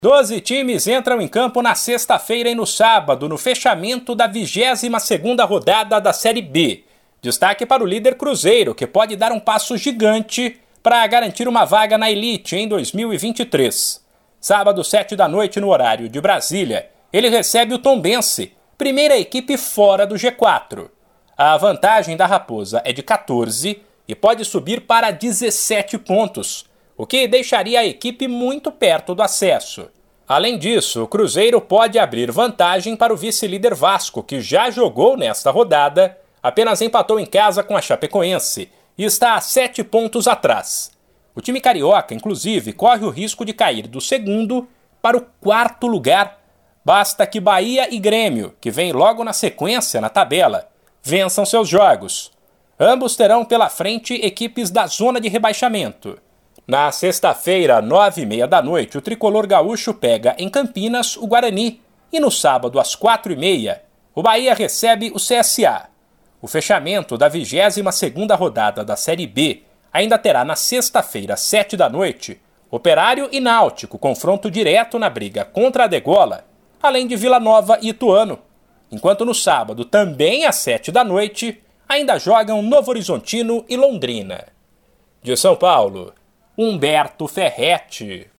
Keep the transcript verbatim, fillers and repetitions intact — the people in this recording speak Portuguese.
Doze times entram em campo na sexta-feira e no sábado, no fechamento da vigésima segunda rodada da Série B. Destaque para o líder Cruzeiro, que pode dar um passo gigante para garantir uma vaga na elite em dois mil e vinte e três. Sábado, sete da noite, no horário de Brasília, ele recebe o Tombense, primeira equipe fora do G quatro. A vantagem da Raposa é de quatorze e pode subir para dezessete pontos, o que deixaria a equipe muito perto do acesso. Além disso, o Cruzeiro pode abrir vantagem para o vice-líder Vasco, que já jogou nesta rodada, apenas empatou em casa com a Chapecoense e está a sete pontos atrás. O time carioca, inclusive, corre o risco de cair do segundo para o quarto lugar. Basta que Bahia e Grêmio, que vem logo na sequência na tabela, vençam seus jogos. Ambos terão pela frente equipes da zona de rebaixamento. Na sexta-feira, nove e meia da noite, o tricolor gaúcho pega em Campinas o Guarani e no sábado, às quatro e meia, o Bahia recebe o C S A. O fechamento da vigésima segunda rodada da Série B ainda terá na sexta-feira, às sete da noite, Operário e Náutico, confronto direto na briga contra a degola, além de Vila Nova e Ituano. Enquanto no sábado, também às sete da noite, ainda jogam Novo Horizontino e Londrina. De São Paulo, Humberto Ferretti.